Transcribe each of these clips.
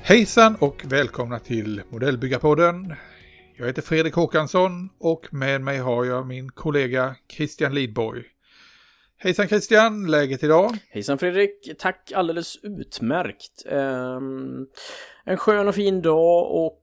Hejsan och välkomna till Modellbyggarpodden. Jag heter Fredrik Håkansson och med mig har jag min kollega Christian Lidborg. Hejsan Christian, läget idag? Hejsan Fredrik, tack, alldeles utmärkt. En skön och fin dag och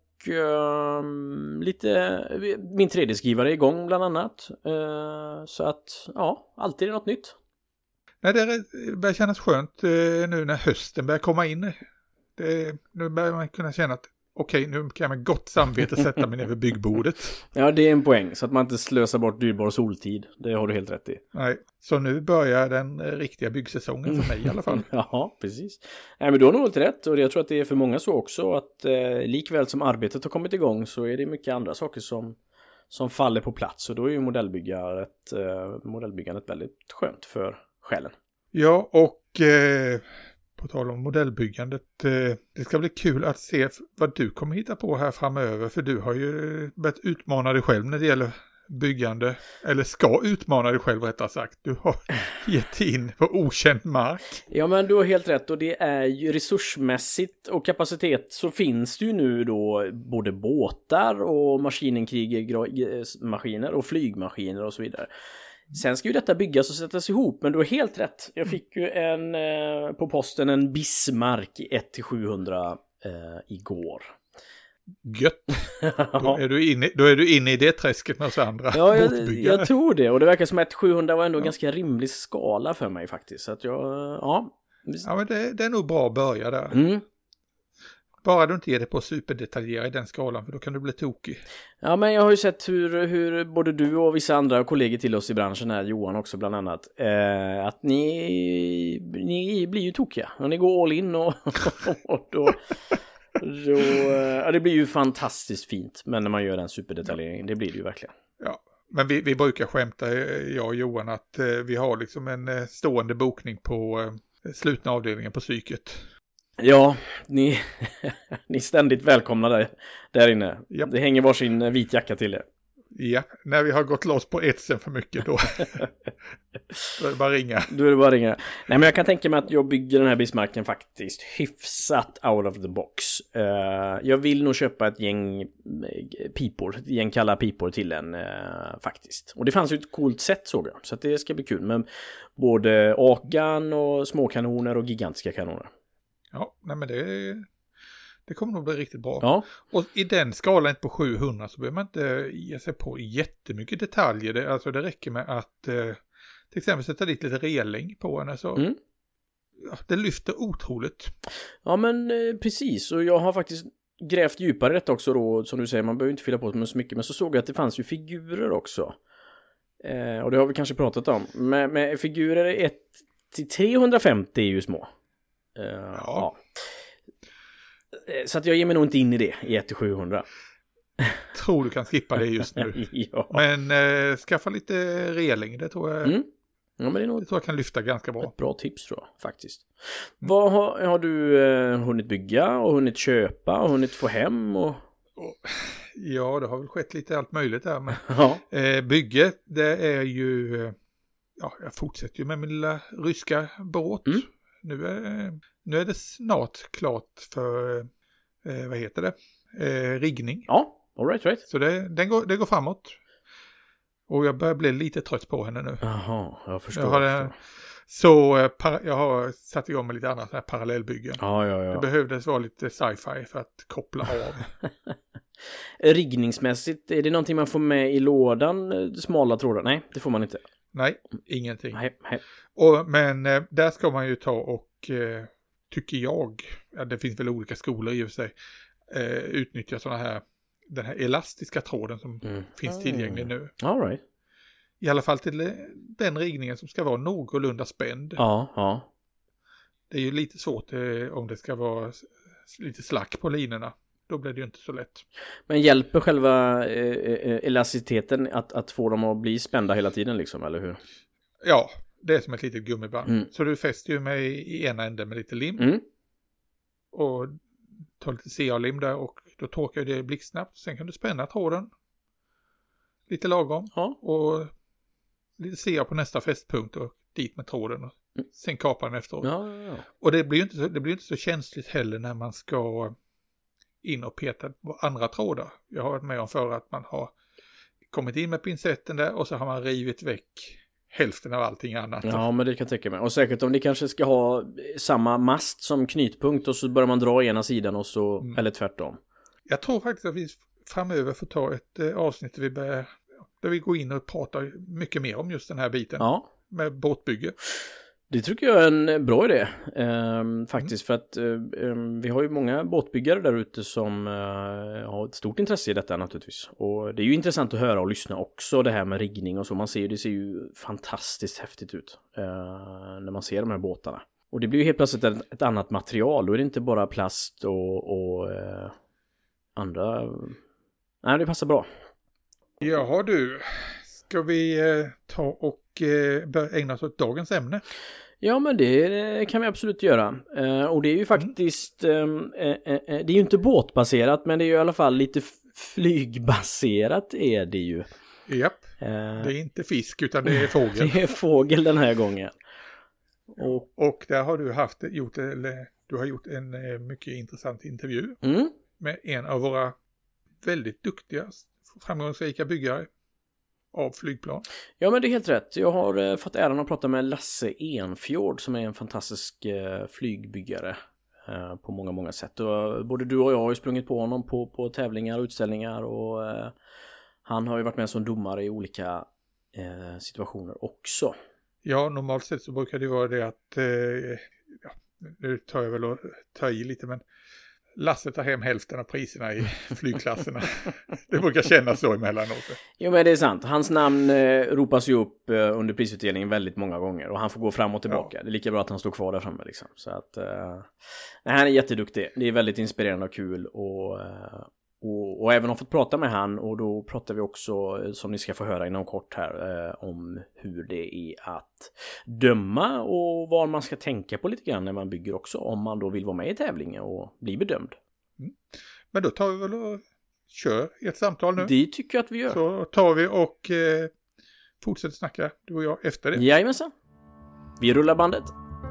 min 3D-skrivare är igång bland annat. Så att, ja, alltid är något nytt. Nej, det börjar kännas skönt nu när hösten börjar komma in. Nu börjar man kunna känna att okej, nu kan jag med gott samvete sätta mig ner vid byggbordet. Ja, det är en poäng, så att man inte slösar bort dyrbar soltid. Det har du helt rätt i. Nej, så nu börjar den riktiga byggsäsongen för mig i alla fall. Ja, precis. Nej, men du har nog helt rätt, och jag tror att det är för många så också, att likväl som arbetet har kommit igång så är det mycket andra saker som faller på plats, och då är ju modellbyggandet väldigt skönt för själen. Ja, och på tal om modellbyggandet, det ska bli kul att se vad du kommer hitta på här framöver, för du har ju börjat utmana dig själv när det gäller byggande, eller ska utmana dig själv rättare sagt. Du har gett in på okänd mark. Ja, men du har helt rätt, och det är ju resursmässigt och kapacitet så finns det ju nu då både båtar och maskiner och flygmaskiner och så vidare. Sen ska ju detta byggas och sättas ihop, men du har helt rätt. Jag fick ju på posten en Bismarck 1-700 igår. Gött. Då är du inne i det träsket med oss andra. Ja, jag tror det. Och det verkar som att 700 var ändå en ganska rimlig skala för mig faktiskt. Så att ja, men det är nog bra att börja där. Mm. Bara du inte ger det på superdetaljerad i den skalan, för då kan du bli tokig. Ja, men jag har ju sett hur både du och vissa andra kollegor till oss i branschen här, Johan också bland annat, att ni blir ju tokiga. Och ni går all in och då det blir ju fantastiskt fint. Men när man gör den superdetaljeringen, det blir det ju verkligen. Ja, men vi brukar skämta, jag och Johan, att vi har liksom en stående bokning på slutna avdelningen på psyket. Ja, ni är ständigt välkomna där inne. Japp. Det hänger varsin vit jacka till er. Ja, när vi har gått loss på etsen för mycket då är det bara ringa. Nej, men jag kan tänka mig att jag bygger den här Bismarcken faktiskt hyfsat out of the box. Jag vill nog köpa ett gäng kalla pipor till en faktiskt. Och det fanns ju ett coolt sätt, såg jag. Så att det ska bli kul med både akan och småkanoner och gigantiska kanoner. Ja, nej, men det kommer nog bli riktigt bra. Ja. Och i den skalan på 700 så behöver man inte ge sig på jättemycket detaljer. Det räcker med att till exempel sätta dit lite reling på henne. Så det lyfter otroligt. Ja, men precis. Och jag har faktiskt grävt djupare i detta också då. Som du säger, man behöver inte fylla på med så mycket. Men så såg jag att det fanns ju figurer också. Och det har vi kanske pratat om. Med figurer 1-350 är ju små. Ja. Så att jag ger mig nog inte in i det i 1-700. Tror du kan skippa det just nu. Ja. Men skaffa lite reling, det tror jag. Ja, men det tror jag kan lyfta ganska bra. Ett bra tips, tror jag faktiskt. Vad har du hunnit bygga och hunnit köpa och hunnit få hem? Ja, det har väl skett lite allt möjligt där. Men ja. Bygget, det är ju... jag fortsätter ju med min lilla ryska båt. Nu är det snart klart för, vad heter det? Riggning. Ja, all right. Så det går framåt. Och jag börjar bli lite trött på henne nu. Jaha, jag förstår. Jag har satt igång med lite andra sådana här parallellbyggen. Ja. Det behövdes vara lite sci-fi för att koppla av. Riggningsmässigt, är det någonting man får med i lådan? Smala trådar? Nej, det får man inte. Nej, ingenting. Nej. Men där ska man ju ta och, tycker jag, det finns väl olika skolor i och för sig, utnyttja den här elastiska tråden som finns tillgänglig nu. All right. I alla fall till den riggningen som ska vara någorlunda spänd. Ja. Det är ju lite svårt om det ska vara lite slack på linorna. Då blir det ju inte så lätt. Men hjälper själva elasticiteten att få dem att bli spända hela tiden liksom, eller hur? Ja, det är som ett litet gummiband. Så du fäster ju mig i ena änden med lite lim. Och tar lite CA-lim där och då torkar det blixtsnabbt. Sen kan du spänna tråden lite lagom. Ja. Och lite CA på nästa fästpunkt och dit med tråden. Och sen kapar den efteråt. Ja. Och det blir ju inte så känsligt heller när man ska in och petat på andra trådar. Jag har varit med om för att man har kommit in med pincetten där och så har man rivit väck hälften av allting annat. Ja, men det kan jag tänka mig. Och säkert om ni kanske ska ha samma mast som knytpunkt och så börjar man dra ena sidan och så, eller tvärtom. Jag tror faktiskt att vi framöver får ta ett avsnitt där vi går in och pratar mycket mer om just den här biten. Ja. Med båtbygge. Det tycker jag är en bra idé faktiskt, för att vi har ju många båtbyggare där ute som har ett stort intresse i detta naturligtvis. Och det är ju intressant att höra och lyssna också, det här med riggning och så. Det ser ju fantastiskt häftigt ut när man ser de här båtarna. Och det blir ju helt plötsligt ett annat material. Då är det inte bara plast och andra... Nej, det passar bra. Jaha du, ska vi ta och börja ägna oss åt dagens ämne? Ja, men det kan vi absolut göra. Och det är ju faktiskt, det är ju inte båtbaserat, men det är ju i alla fall lite flygbaserat är det ju. Japp, det är inte fisk utan det är fågel. Det är fågel den här gången. Och där har du har gjort en mycket intressant intervju med en av våra väldigt duktiga, framgångsrika byggare av flygplan. Ja, men det är helt rätt. Jag har fått äran att prata med Lasse Enfjord som är en fantastisk flygbyggare på många, många sätt. Och både du och jag har ju sprungit på honom på tävlingar och utställningar och han har ju varit med som domare i olika situationer också. Ja, normalt sett så brukar det vara det att nu tar jag väl och tar i lite, men Lasse tar hem hälften av priserna i flygklasserna. Det brukar kännas så emellanåt. Jo, men det är sant. Hans namn ropas ju upp under prisutdelningen väldigt många gånger. Och han får gå fram och tillbaka. Ja. Det är lika bra att han står kvar där framme liksom. Så att han är jätteduktig. Det är väldigt inspirerande och kul. Och även har fått prata med han. Och då pratar vi också, som ni ska få höra inom kort här, om hur det är att döma och vad man ska tänka på lite grann när man bygger också. Om man då vill vara med i tävlingen och bli bedömd. Men då tar vi väl och kör ett samtal nu. Det tycker jag att vi gör. Så tar vi och fortsätter snacka, du och jag, efter det. Jajamensan. Vi rullar bandet.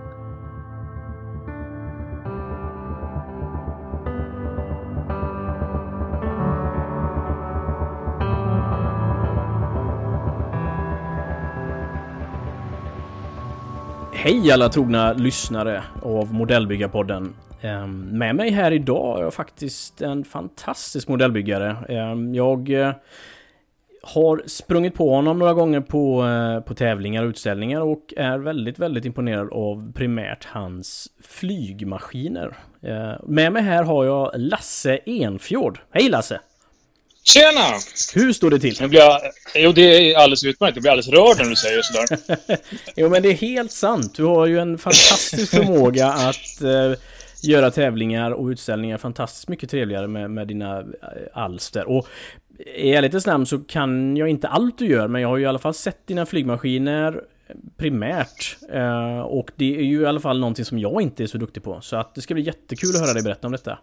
Hej alla trogna lyssnare av Modellbyggarpodden. Med mig här idag är jag faktiskt en fantastisk modellbyggare. Jag har sprungit på honom några gånger på tävlingar och utställningar och är väldigt, väldigt imponerad av primärt hans flygmaskiner. Med mig här har jag Lasse Enfjord. Hej Lasse! Tjena! Hur står det till? Jo, det är alldeles utmärkt. Jag blir alldeles rörd när du säger sådär. Jo, men det är helt sant. Du har ju en fantastisk förmåga att göra tävlingar och utställningar fantastiskt mycket trevligare med dina alster. Och i ärlighetens namn så kan jag inte allt du gör, men jag har ju i alla fall sett dina flygmaskiner primärt. Och det är ju i alla fall någonting som jag inte är så duktig på. Så att det ska bli jättekul att höra dig berätta om detta.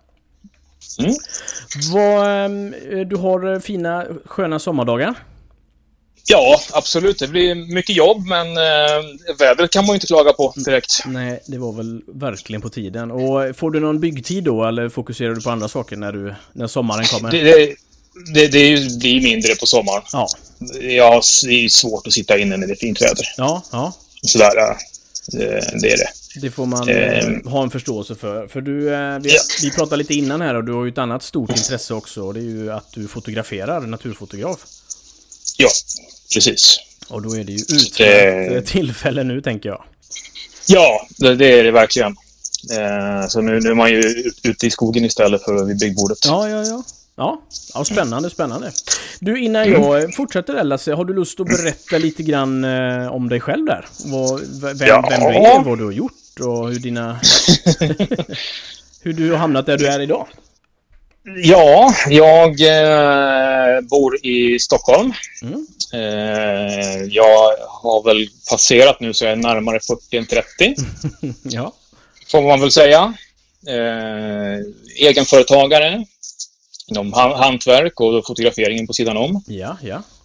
Du har fina, sköna sommardagar? Ja, absolut. Det blir mycket jobb, men vädret kan man ju inte klaga på direkt. Nej, det var väl verkligen på tiden. Och får du någon byggtid då, eller fokuserar du på andra saker när sommaren kommer? Det blir mindre på sommaren. Ja. Det är svårt att sitta inne när det är fint väder. Ja. Sådär, det är det. Det får man ha en förståelse för. För vi pratade lite innan här och du har ju ett annat stort intresse också. Och det är ju att du fotograferar, naturfotograf. Ja, precis. Och då är det ju utmärkt tillfälle nu, tänker jag. Ja, det är det verkligen. Så nu är man ju ute i skogen istället för vid byggbordet. Ja, spännande. Du, innan jag fortsätter där, Lasse, har du lust att berätta lite grann om dig själv där? Vem du är, vad du har gjort och hur du har hamnat där du är idag? Ja, jag bor i Stockholm. Jag har väl passerat nu så jag är närmare 40 än 30. Ja. Får man väl säga. Egenföretagare inom hantverk och fotograferingen på sidan om. Ja.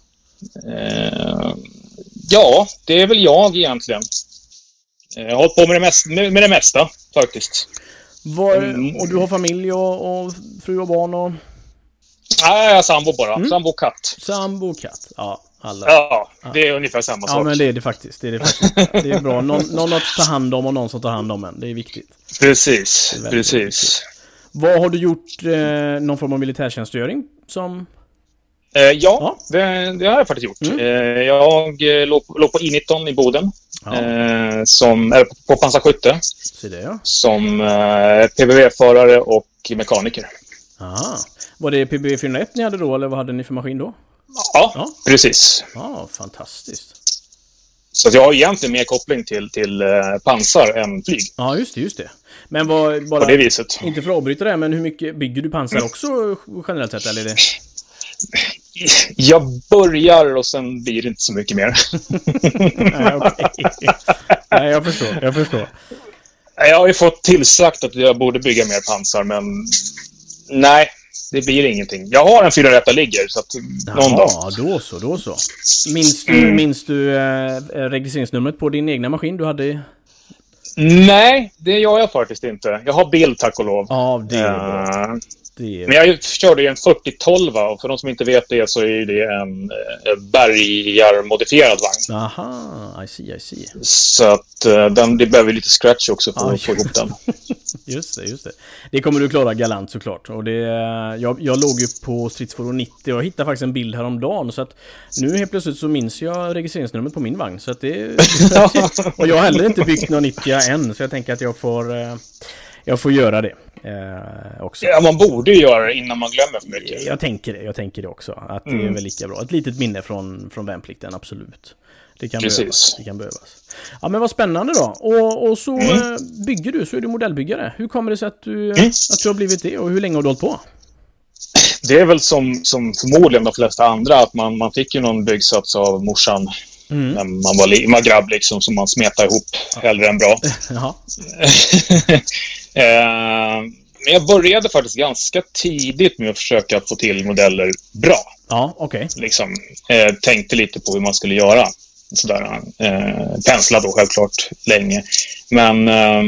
Ja, det är väl jag egentligen. Jag har hållit på med det mesta faktiskt. Och du har familj och fru och barn och... Nej, jag har sambo bara. Sambo och katt. Sambo och katt, ja. Alla. Ja, det är ungefär samma sak. Ja, men det är det faktiskt. Det är bra. Någon att ta hand om och någon som tar hand om en. Det är viktigt. Precis. Viktigt. Vad har du gjort? Någon form av militärtjänstgöring som... Ja. Det har jag faktiskt gjort. Jag låg på I-19 i Boden. Som på pansarskytte. Så det, ja. Som PBV-förare och mekaniker. Aha. Var det PBV 401 ni hade då, eller vad hade ni för maskin då? Ja. Precis. Ja, fantastiskt. Så jag har egentligen mer koppling till pansar än flyg. Ja, just det. Men bara på det viset. Inte för att avbryta det, men hur mycket bygger du pansar också generellt sett, eller är det? Jag börjar och sen blir det inte så mycket mer. Nej, okej. Nej, jag förstår. Jag har ju fått tillsagt att jag borde bygga mer pansar, men nej, det blir ingenting. Jag har en 401 ligger, så att någon dag. Ja, då så. Minns du registreringsnumret på din egna maskin du hade? Nej, det gör jag faktiskt inte. Jag har bild, tack och lov. Ja, det är bra. Men jag körde ju en 4012, och för de som inte vet det så är det en bergarmodifierad vagn. Aha, I see. Så att det behöver lite scratch också för att få ihop den. Just det. Det kommer du klara galant såklart. Och jag låg ju på stridsfordon 90 och jag hittade faktiskt en bild häromdagen, så att nu helt plötsligt så minns jag registreringsnumret på min vagn, så att det och jag har heller inte byggt någon 90 än, så jag tänker att jag får göra det också. Ja, man borde ju göra det innan man glömmer för mycket. Jag tänker det också. Att det är väl lika bra. Ett litet minne från värnplikten, absolut. Det kan behövas. Ja, men vad spännande då. Och så bygger du, så är du modellbyggare. Hur kommer det sig att du har blivit det, och hur länge har du hållit på? Det är väl som förmodligen de flesta andra, att man fick ju någon byggsats av morsan. När man var grabb liksom, som man smetade ihop hellre än bra. Men jag började faktiskt ganska tidigt med att försöka få till modeller bra. Ja, okej. Liksom, tänkte lite på hur man skulle göra. Sådär. Penslade då självklart länge. Men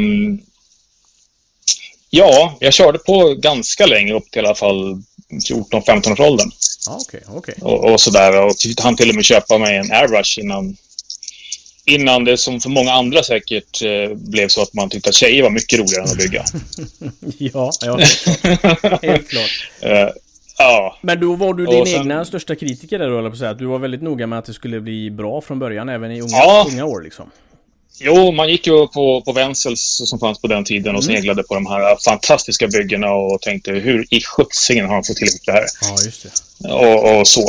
jag körde på ganska länge, upp till i alla fall 14-15 års åldern. Okej. Och sådär. Och han till och med köpa mig en Airbrush innan det, som för många andra säkert, blev så att man tyckte att tjejer var mycket roligare än att bygga. ja, helt klart. Ja. Men då var du din egna största kritiker där då, eller på att säga att du var väldigt noga med att det skulle bli bra från början, även i unga år liksom. Jo, man gick ju på Wensels som fanns på den tiden och sneglade på de här fantastiska byggena och tänkte, hur i skjutsingen har de fått till det här? Ja, just det. Och så.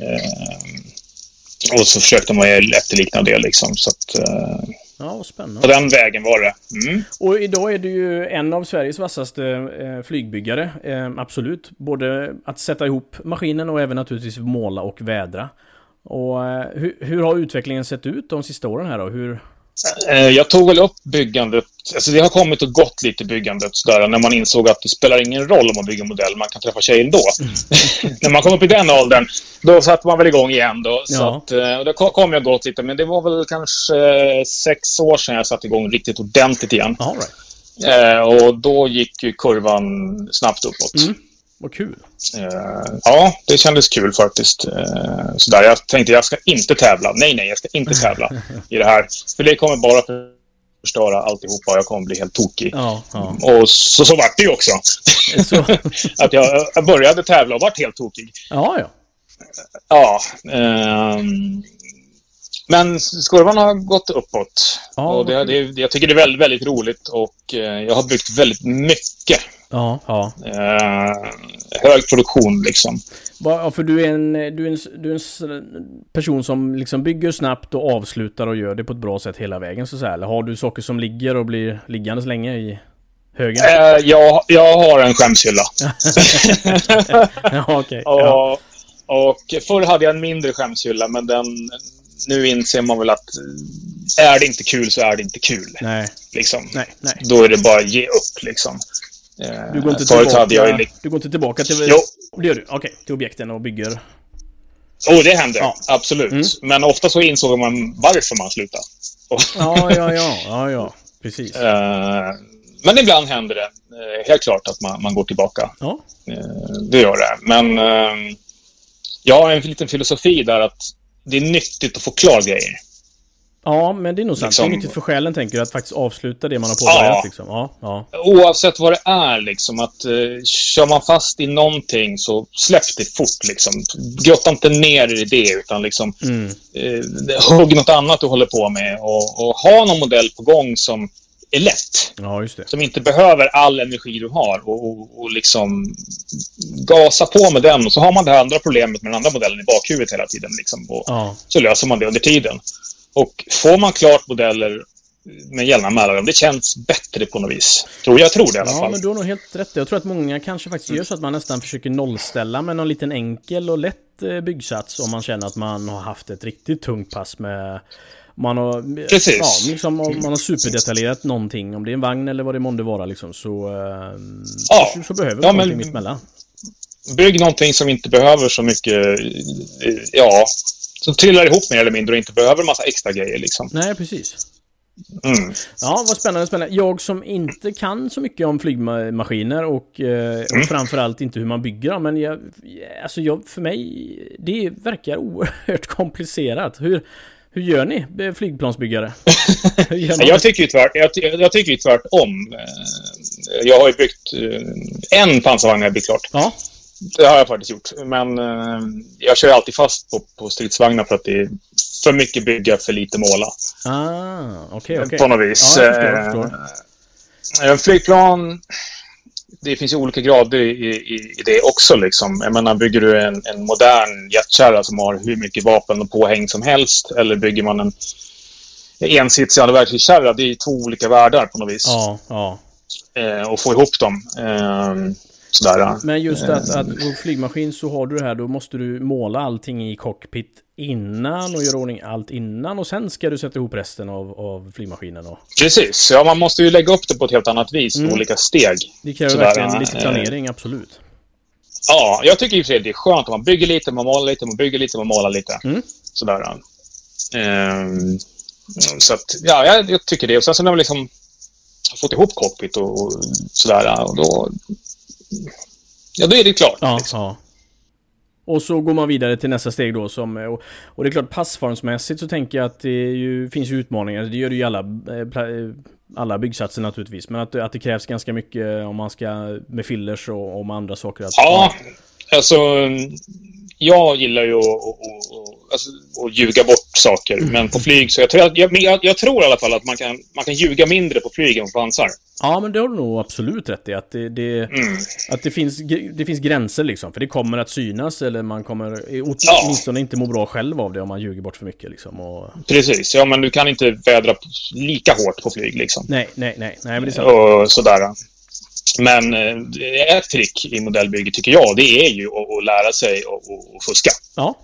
Och så försökte man ju efterlikna det liksom, så att... Ja, spännande. På den vägen var det. Och idag är du ju en av Sveriges vassaste flygbyggare. Absolut. Både att sätta ihop maskinen och även naturligtvis måla och vädra. Och hur har utvecklingen sett ut de sista åren här då? Jag tog väl upp byggandet. Alltså det har kommit och gått lite byggandet sådär, när man insåg att det spelar ingen roll om man bygger modell, man kan träffa tjejer ändå. När man kom upp i den åldern, då satte man väl igång igen då. Ja. Så att, och det kom jag gått lite, men det var väl kanske 6 år sedan jag satte igång riktigt ordentligt igen. All right. Och då gick ju kurvan snabbt uppåt. Vad kul. Ja, det kändes kul faktiskt. Sådär, jag tänkte jag ska inte tävla. Nej, jag ska inte tävla i det här. För det kommer bara förstöra alltihopa och jag kommer bli helt tokig. Ja. Och så var det ju också. Att jag började tävla och var helt tokig. Ja. Ja. Men kurvan har gått uppåt. Ja, och jag tycker det är väldigt, väldigt roligt. Och jag har byggt väldigt mycket. Ja. Hög produktion liksom. För du är en person som liksom bygger snabbt och avslutar och gör det på ett bra sätt hela vägen, så eller har du saker som ligger och blir liggandes länge i högen? Jag har en skämshylla. Okej. Och förr hade jag en mindre skämshylla, men nu inser man väl att är det inte kul så är det inte kul. Nej. Liksom. Nej. Då är det bara att ge upp liksom. Du går inte tillbaka till... Jo. Det gör du. Okej, till objekten och bygger. Det händer. Ja. Absolut. Men ofta så insåg man varför man slutade. Ja. Precis. Men ibland händer det helt klart att man går tillbaka. Ja. Det gör det. Men jag har en liten filosofi där att det är nyttigt att få klar grejer. Ja, men det är nog sant. Liksom, det är nyttigt för själen, tänker du, att faktiskt avsluta det man har påbörjat. Liksom. Ja. Oavsett vad det är, liksom, att kör man fast i någonting så släpp det fort. Liksom. Grotta inte ner i det, utan liksom, hugg något annat du håller på med. Och ha någon modell på gång som är lätt. Ja, just det. Som inte behöver all energi du har. Och liksom gasa på med den. Och så har man det här andra problemet med den andra modellen i bakhuvudet hela tiden. Liksom, och så löser man det under tiden. Och får man klart modeller med jämna mellanrum, det känns bättre på något vis. Jag tror det i alla fall. Ja, men du har nog helt rätt. Jag tror att många kanske faktiskt gör så att man nästan försöker nollställa med någon liten enkel och lätt byggsats om man känner att man har haft ett riktigt tungt pass med... Man har, precis. Ja, liksom, om man har superdetaljerat någonting, om det är en vagn eller vad det månde vara liksom, så behöver man någonting mitt emellan. Bygg någonting som inte behöver så mycket, som trillar ihop mer eller mindre och inte behöver en massa extra grejer liksom. Nej, precis. Ja, vad spännande. Jag som inte kan så mycket om flygmaskiner och framförallt inte hur man bygger dem, men för mig det verkar oerhört komplicerat. Hur gör ni flygplansbyggare? Jag tycker ju tvärtom. Jag har ju byggt en pansarvagn när jag byggt klart. Ja. Det har jag faktiskt gjort. Men jag kör alltid fast på stridsvagnar för att det är för mycket bygga, för lite måla. Okej. På något vis. Ja, jag förstår. En flygplan... Det finns ju olika grader i det också liksom. Jag menar, bygger du en modern jetkärra som har hur mycket vapen och påhäng som helst, eller bygger man en ensitsig andra världskrigsskärra, det är två olika världar på något vis. Ja. Och få ihop dem. Sådär. Men just att på flygmaskin så har du det här, då måste du måla allting i cockpit innan och göra ordning allt innan, och sen ska du sätta ihop resten av flygmaskinen. Precis, ja, man måste ju lägga upp det på ett helt annat vis, olika steg. Det kräver verkligen lite planering, absolut. Ja, jag tycker i och för sig det är skönt att man bygger lite, man målar lite, man bygger lite, man målar lite. Sådär. Så att, jag tycker det. Och sen så när vi liksom har fått ihop cockpit och sådär, och då är det klart. Ja. Och så går man vidare till nästa steg då, och det är klart, passformsmässigt så tänker jag att det finns ju utmaningar. Det gör det ju alla byggsatser naturligtvis, men att det krävs ganska mycket om man ska med fillers och om andra saker. Alltså jag gillar ju att ljuga bort saker, men på flyg så jag tror i alla fall att man kan ljuga mindre på flyg än på pansar. Ja, men det har du nog absolut rätt i, att att det finns gränser liksom, för det kommer att synas, eller man kommer åtminstone inte må bra själv av det om man ljuger bort för mycket liksom. Precis, men du kan inte vädra lika hårt på flyg liksom. Nej, men det är sant. Och sådär. Men ett trick i modellbygge tycker jag, det är ju att lära sig och fuska. Ja.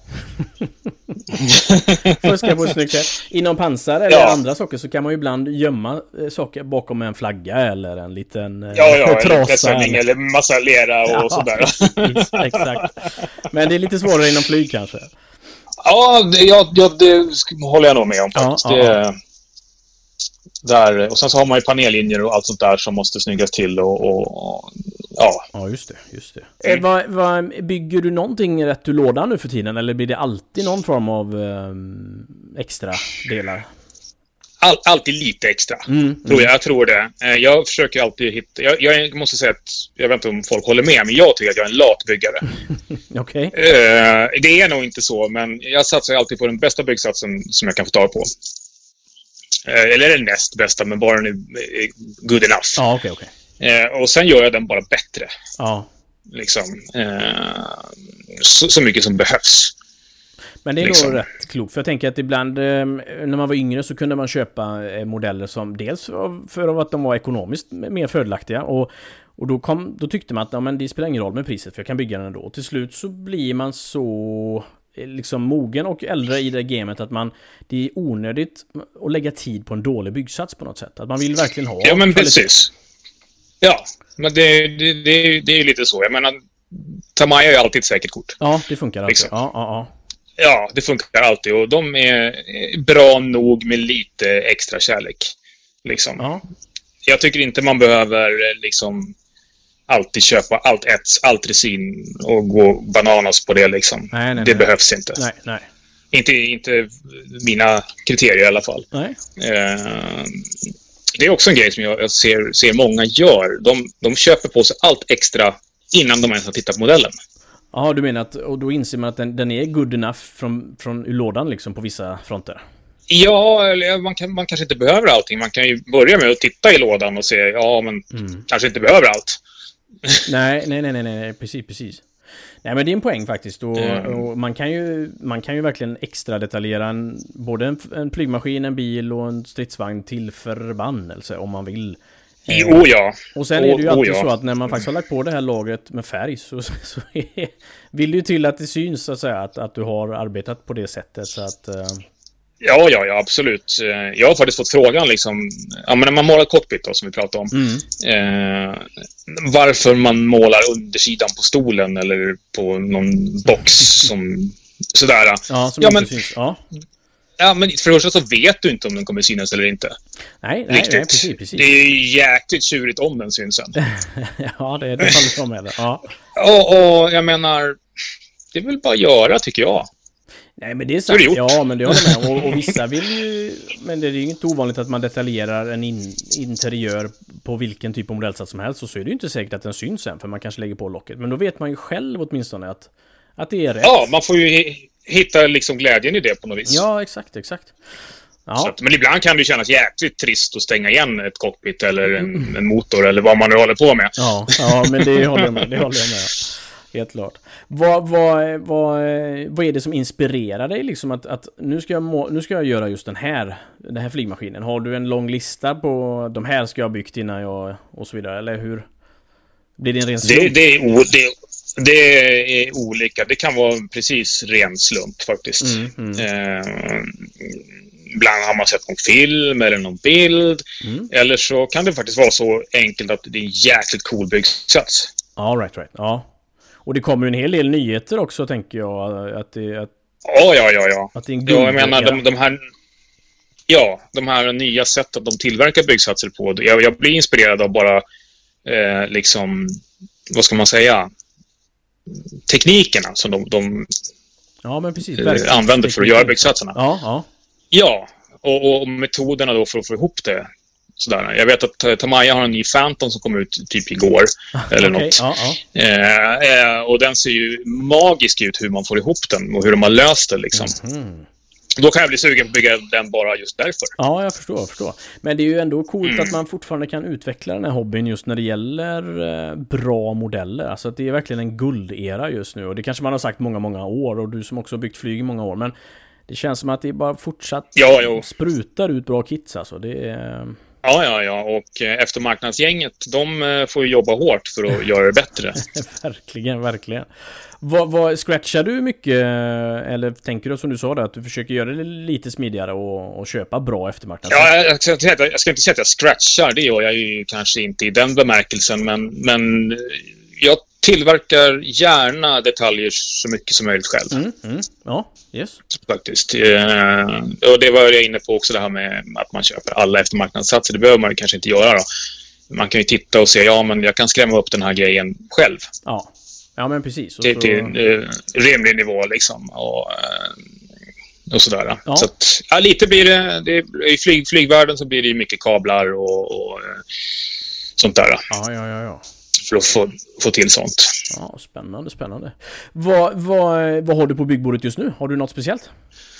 Fuska på ett snyggt sätt. Inom pansar eller andra saker så kan man ju ibland gömma saker bakom en flagga eller en liten trasa. Eller massa lera och sådär. Precis, exakt. Men det är lite svårare inom flyg kanske. Ja, det håller jag nog med om faktiskt. Där, och sen så har man ju panellinjer och allt sånt där som måste snyggas till Ja, just det. Bygger du någonting rätt ur lådan nu för tiden, eller blir det alltid någon form av extra delar? Alltid lite extra, tror jag. Jag tror det. Jag försöker alltid hitta... Jag måste säga att, jag vet inte om folk håller med, men jag tycker att jag är en latbyggare. Okej. Det är nog inte så, men jag satsar alltid på den bästa byggsatsen som jag kan få tag på. Eller den näst bästa, men bara den är good enough. Ja, okej. Och sen gör jag den bara bättre. Ja. Liksom. Så mycket som behövs. Men det är nog rätt klokt. För jag tänker att ibland när man var yngre så kunde man köpa modeller som dels för att de var ekonomiskt mer fördelaktiga. Och då tyckte man att det spelar ingen roll med priset, för jag kan bygga den ändå. Och till slut så blir man så liksom mogen och äldre i det gamet att det är onödigt att lägga tid på en dålig byggsats på något sätt. Att man vill verkligen ha... Ja, men precis. Ja, men det är ju lite så. Jag menar, Tamiya är ju alltid ett säkert kort. Ja, det funkar alltid. Liksom. Ja. Ja, det funkar alltid. Och de är bra nog med lite extra kärlek. Liksom. Ja. jag tycker inte man behöver liksom alltid köpa allt resin och gå bananas på det liksom. Det behövs inte. Nej. Inte mina kriterier i alla fall. Nej. Det är också en grej som jag ser många gör. De köper på sig allt extra innan de ens har tittat på modellen. Ja, du menar att, och då inser man att den är good enough från ur lådan liksom på vissa fronter? Ja, eller man kanske inte behöver allting. Man kan ju börja med att titta i lådan och se, kanske inte behöver allt. Nej, precis. Nej, men det är en poäng faktiskt. Och man kan ju verkligen extra detaljera både en flygmaskin, en bil och en stridsvagn till förbannelse om man vill. Jo, ja. Och sen är det ju alltid så att när man faktiskt har lagt på det här lagret med färg så vill det ju till att det syns så att säga att du har arbetat på det sättet så att... Ja, absolut. Jag har faktiskt fått frågan liksom, men när man målar cockpit då, som vi pratade om, varför man målar undersidan på stolen eller på någon box som sådär. Ja, som inte syns. Ja, men för det första så vet du inte om den kommer synas eller inte. Nej, precis. Det är ju jäkligt tjurigt om den syns sen. Ja, det håller jag med. Ja. Och jag menar, det är väl bara att göra, tycker jag. Nej, men det är sant. Ja, men det håller med. Och vissa vill ju... Men det är ju inte ovanligt att man detaljerar en interiör på vilken typ av modellsats som helst. Och så är det ju inte säkert att den syns sen, för man kanske lägger på locket. Men då vet man ju själv åtminstone att det är rätt. Ja, man får ju hitta liksom glädjen i det på något vis. Ja, exakt. Ja. Så att, men ibland kan det kännas jäkligt trist att stänga igen ett cockpit eller en motor eller vad man nu håller på med. Ja, men det håller jag med. Helt klart. Vad är det som inspirerar dig liksom att nu ska jag göra just den här flygmaskinen? Har du en lång lista på de här ska jag ha byggt innan jag och så vidare, eller hur? Blir det en ren slump? Det är olika. Det kan vara precis ren slump faktiskt. Ibland har man sett någon film eller någon bild. Eller så kan det faktiskt vara så enkelt att det är en jäkligt cool byggsats. Ja, right. Ja. Och det kommer en hel del nyheter också, tänker jag. Ja. Att det är en jag menar, de här nya sätten de tillverkar byggsatser på. Jag blir inspirerad av bara liksom, vad ska man säga, teknikerna som de men precis, använder för att göra byggsatserna. Ja, och metoderna då för att få ihop det. Sådär. Jag vet att Tamiya har en ny Phantom som kom ut typ igår eller något. Och den ser ju magisk ut hur man får ihop den och hur de har löst det liksom. Då kan jag bli sugen på att bygga den bara just därför. Ja, jag förstår. Men det är ju ändå coolt att man fortfarande kan utveckla den här hobbyn just när det gäller bra modeller. Alltså att det är verkligen en guldera just nu. Och det kanske man har sagt många år. Och du som också har byggt flyg i många år. Men det känns som att det är bara fortsatt sprutar ut bra kits. Alltså. Det är... Ja. Och eftermarknadsgänget, de får ju jobba hårt för att göra det bättre. Verkligen. Vad scratchar du mycket, eller tänker du som du sa där, att du försöker göra det lite smidigare och köpa bra eftermarknadsgäng? Ja, jag ska inte säga att jag scratchar, det gör jag ju kanske inte i den bemärkelsen, men jag tillverkar gärna detaljer så mycket som möjligt själv. Ja, yes. Faktiskt. Och det var jag inne på också, det här med att man köper alla eftermarknadssatser. Det behöver man kanske inte göra då. Man kan ju titta och se, men jag kan skrämma upp den här grejen själv. Ja, men precis. Och det är till en rimlig nivå liksom. Och sådär. Ja. Så att, lite blir det i flygvärlden så blir det ju mycket kablar och sånt där. Ja. För att få till sånt. Ja, spännande. Vad har du på byggbordet just nu? Har du något speciellt?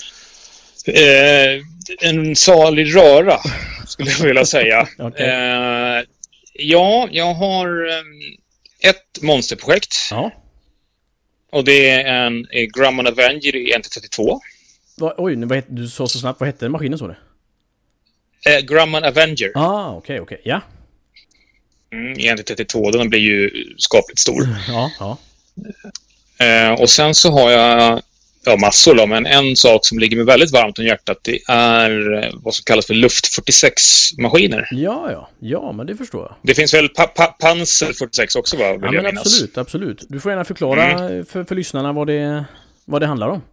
En salig röra, skulle jag vilja säga. Okay. Ja, jag har ett monsterprojekt. Ja. Och det är en Grumman Avenger i NT32. Oj, du sa så snabbt. Vad hette den maskinen, så det? Grumman Avenger. Okej. Ja. I NT32, den blir ju skapligt stor. Ja. Och sen så har jag massor då, men en sak som ligger mig väldigt varmt om hjärtat, det är vad som kallas för luft 46-maskiner. Ja, men det förstår jag. Det finns väl Panzer 46 också, va? Ja, men absolut. Du får gärna förklara för lyssnarna vad det handlar om.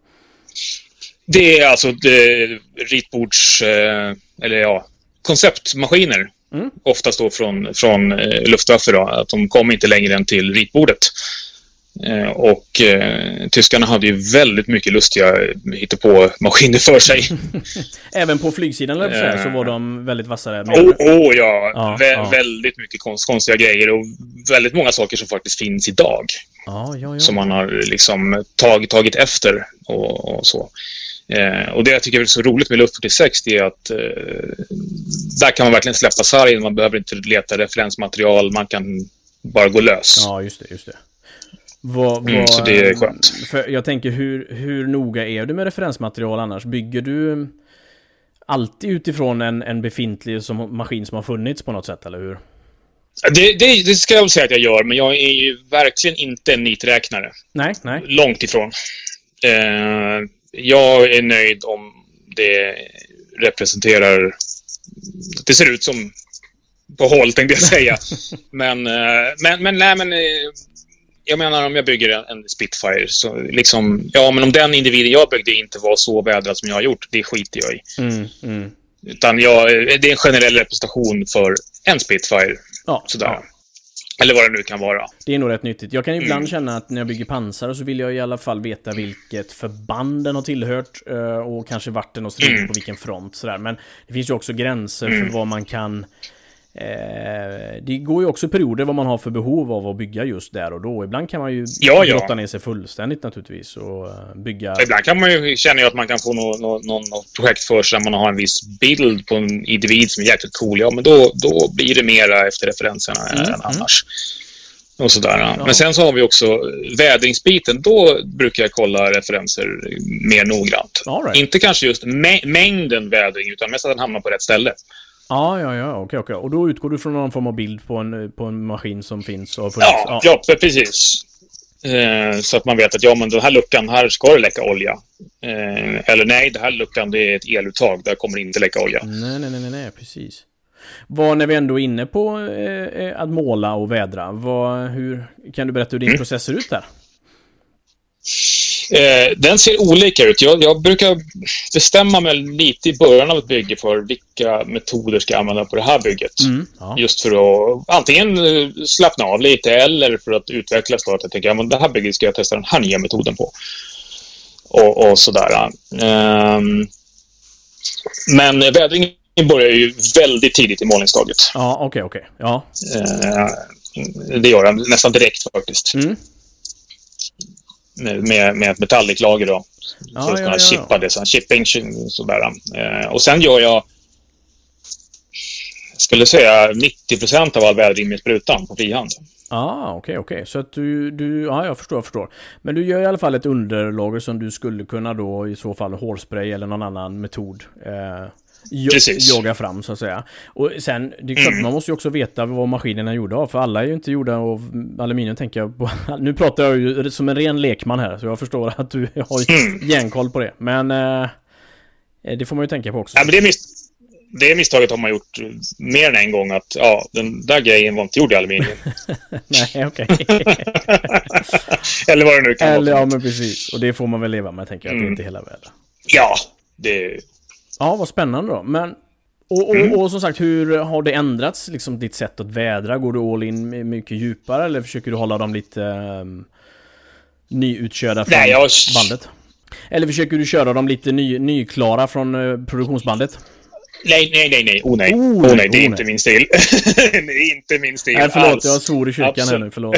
Det är alltså ritbords konceptmaskiner Oftast då från Luftwaffe då, att de kom inte längre än till ritbordet. Och tyskarna hade ju väldigt mycket lustiga hittepå-maskiner för sig. Även på flygsidan så var de väldigt vassa där. Väldigt mycket konstiga grejer och väldigt många saker som faktiskt finns idag. Som man har liksom tagit efter och så. Och det jag tycker är så roligt med Luft 46 är att där kan man verkligen släppa sargen. Man behöver inte leta referensmaterial, man kan bara gå lös. Ja, just det. Så det är skönt. För jag tänker, hur noga är du med referensmaterial annars? Bygger du alltid utifrån en befintlig maskin som har funnits på något sätt, eller hur? Det ska jag väl säga att jag gör, men jag är ju verkligen inte en niträknare. Nej. Långt ifrån. Jag är nöjd om det representerar... Det ser ut som på håll, tänkte jag säga. Men jag menar, om jag bygger en Spitfire så liksom, men om den individen jag byggde inte var så vädrad som jag har gjort, det skiter jag i. Utan det är en generell representation för en Spitfire. Sådär. Ja. Eller vad det nu kan vara. Det är nog rätt nyttigt. Jag kan ju ibland känna att när jag bygger pansar så vill jag i alla fall veta vilket förband den har tillhört och kanske vart den har stridit på vilken front. Sådär. Men det finns ju också gränser för vad man kan... det går ju också perioder vad man har för behov av att bygga just där och då. Ibland kan man ju grotta ner sig fullständigt naturligtvis och bygga... Ibland kan man ju känna att man kan få något projekt för sig där man har en viss bild på en individ som är jäkligt cool. Ja, men då blir det mera efter referenserna än annars. Och sådär. Ja. Men sen så har vi också vädringsbiten. Då brukar jag kolla referenser mer noggrant. Right. Inte kanske just mängden vädring, utan mest att den hamnar på rätt ställe. Okej. Och då utgår du från någon form av bild på en maskin som finns och ja, precis. Så att man vet att men den här luckan, här ska det läcka olja. Eller nej, den här luckan, det är ett eluttag, där kommer det inte läcka olja. Nej, precis. När vi ändå är inne på att måla och vädra, hur kan du berätta hur din process ser ut där? Den ser olika ut. Jag brukar bestämma mig lite i början av ett bygge för vilka metoder ska jag använda på det här bygget. Just för att antingen slappna av lite eller för att utvecklas då, att jag tänker men det här bygget ska jag testa den här nya metoden på. Och sådär. Men vädringen börjar ju väldigt tidigt i målningsstadiet. Ja, okej. Ja. Det gör jag nästan direkt faktiskt. Med ett metalliklager då. För att kunna chippa det. Chipping sådär. Och sen gör jag skulle säga 90% av all vädring med sprutan på frihand. Okej. Så att du jag förstår. Men du gör i alla fall ett underlager som du skulle kunna då i så fall hårspray eller någon annan metod jogga fram så att säga. Och sen, det är klart, man måste ju också veta vad maskinerna är gjorda av, för alla är ju inte gjorda av aluminium, tänker jag på. Nu pratar jag ju som en ren lekman här, så jag förstår att du har järnkoll på det. Men det får man ju tänka på också. Ja, men det misstaget har man gjort mer än en gång, att den där grejen var inte gjord i aluminium. Nej, okej. Eller vad det nu kan vara. Ja, men precis. Och det får man väl leva med, tänker jag, att det är inte hela världen. Ja, det... Ja, vad spännande då. Men, och som sagt, hur har det ändrats, liksom ditt sätt att vädra? Går du all in mycket djupare eller försöker du hålla dem lite nyutkörda från bandet? Eller försöker du köra dem lite nyklara från produktionsbandet? Nej. Det är inte min stil. Det är inte min stil. Nej, förlåt, jag svor i kyrkan här nu, förlåt.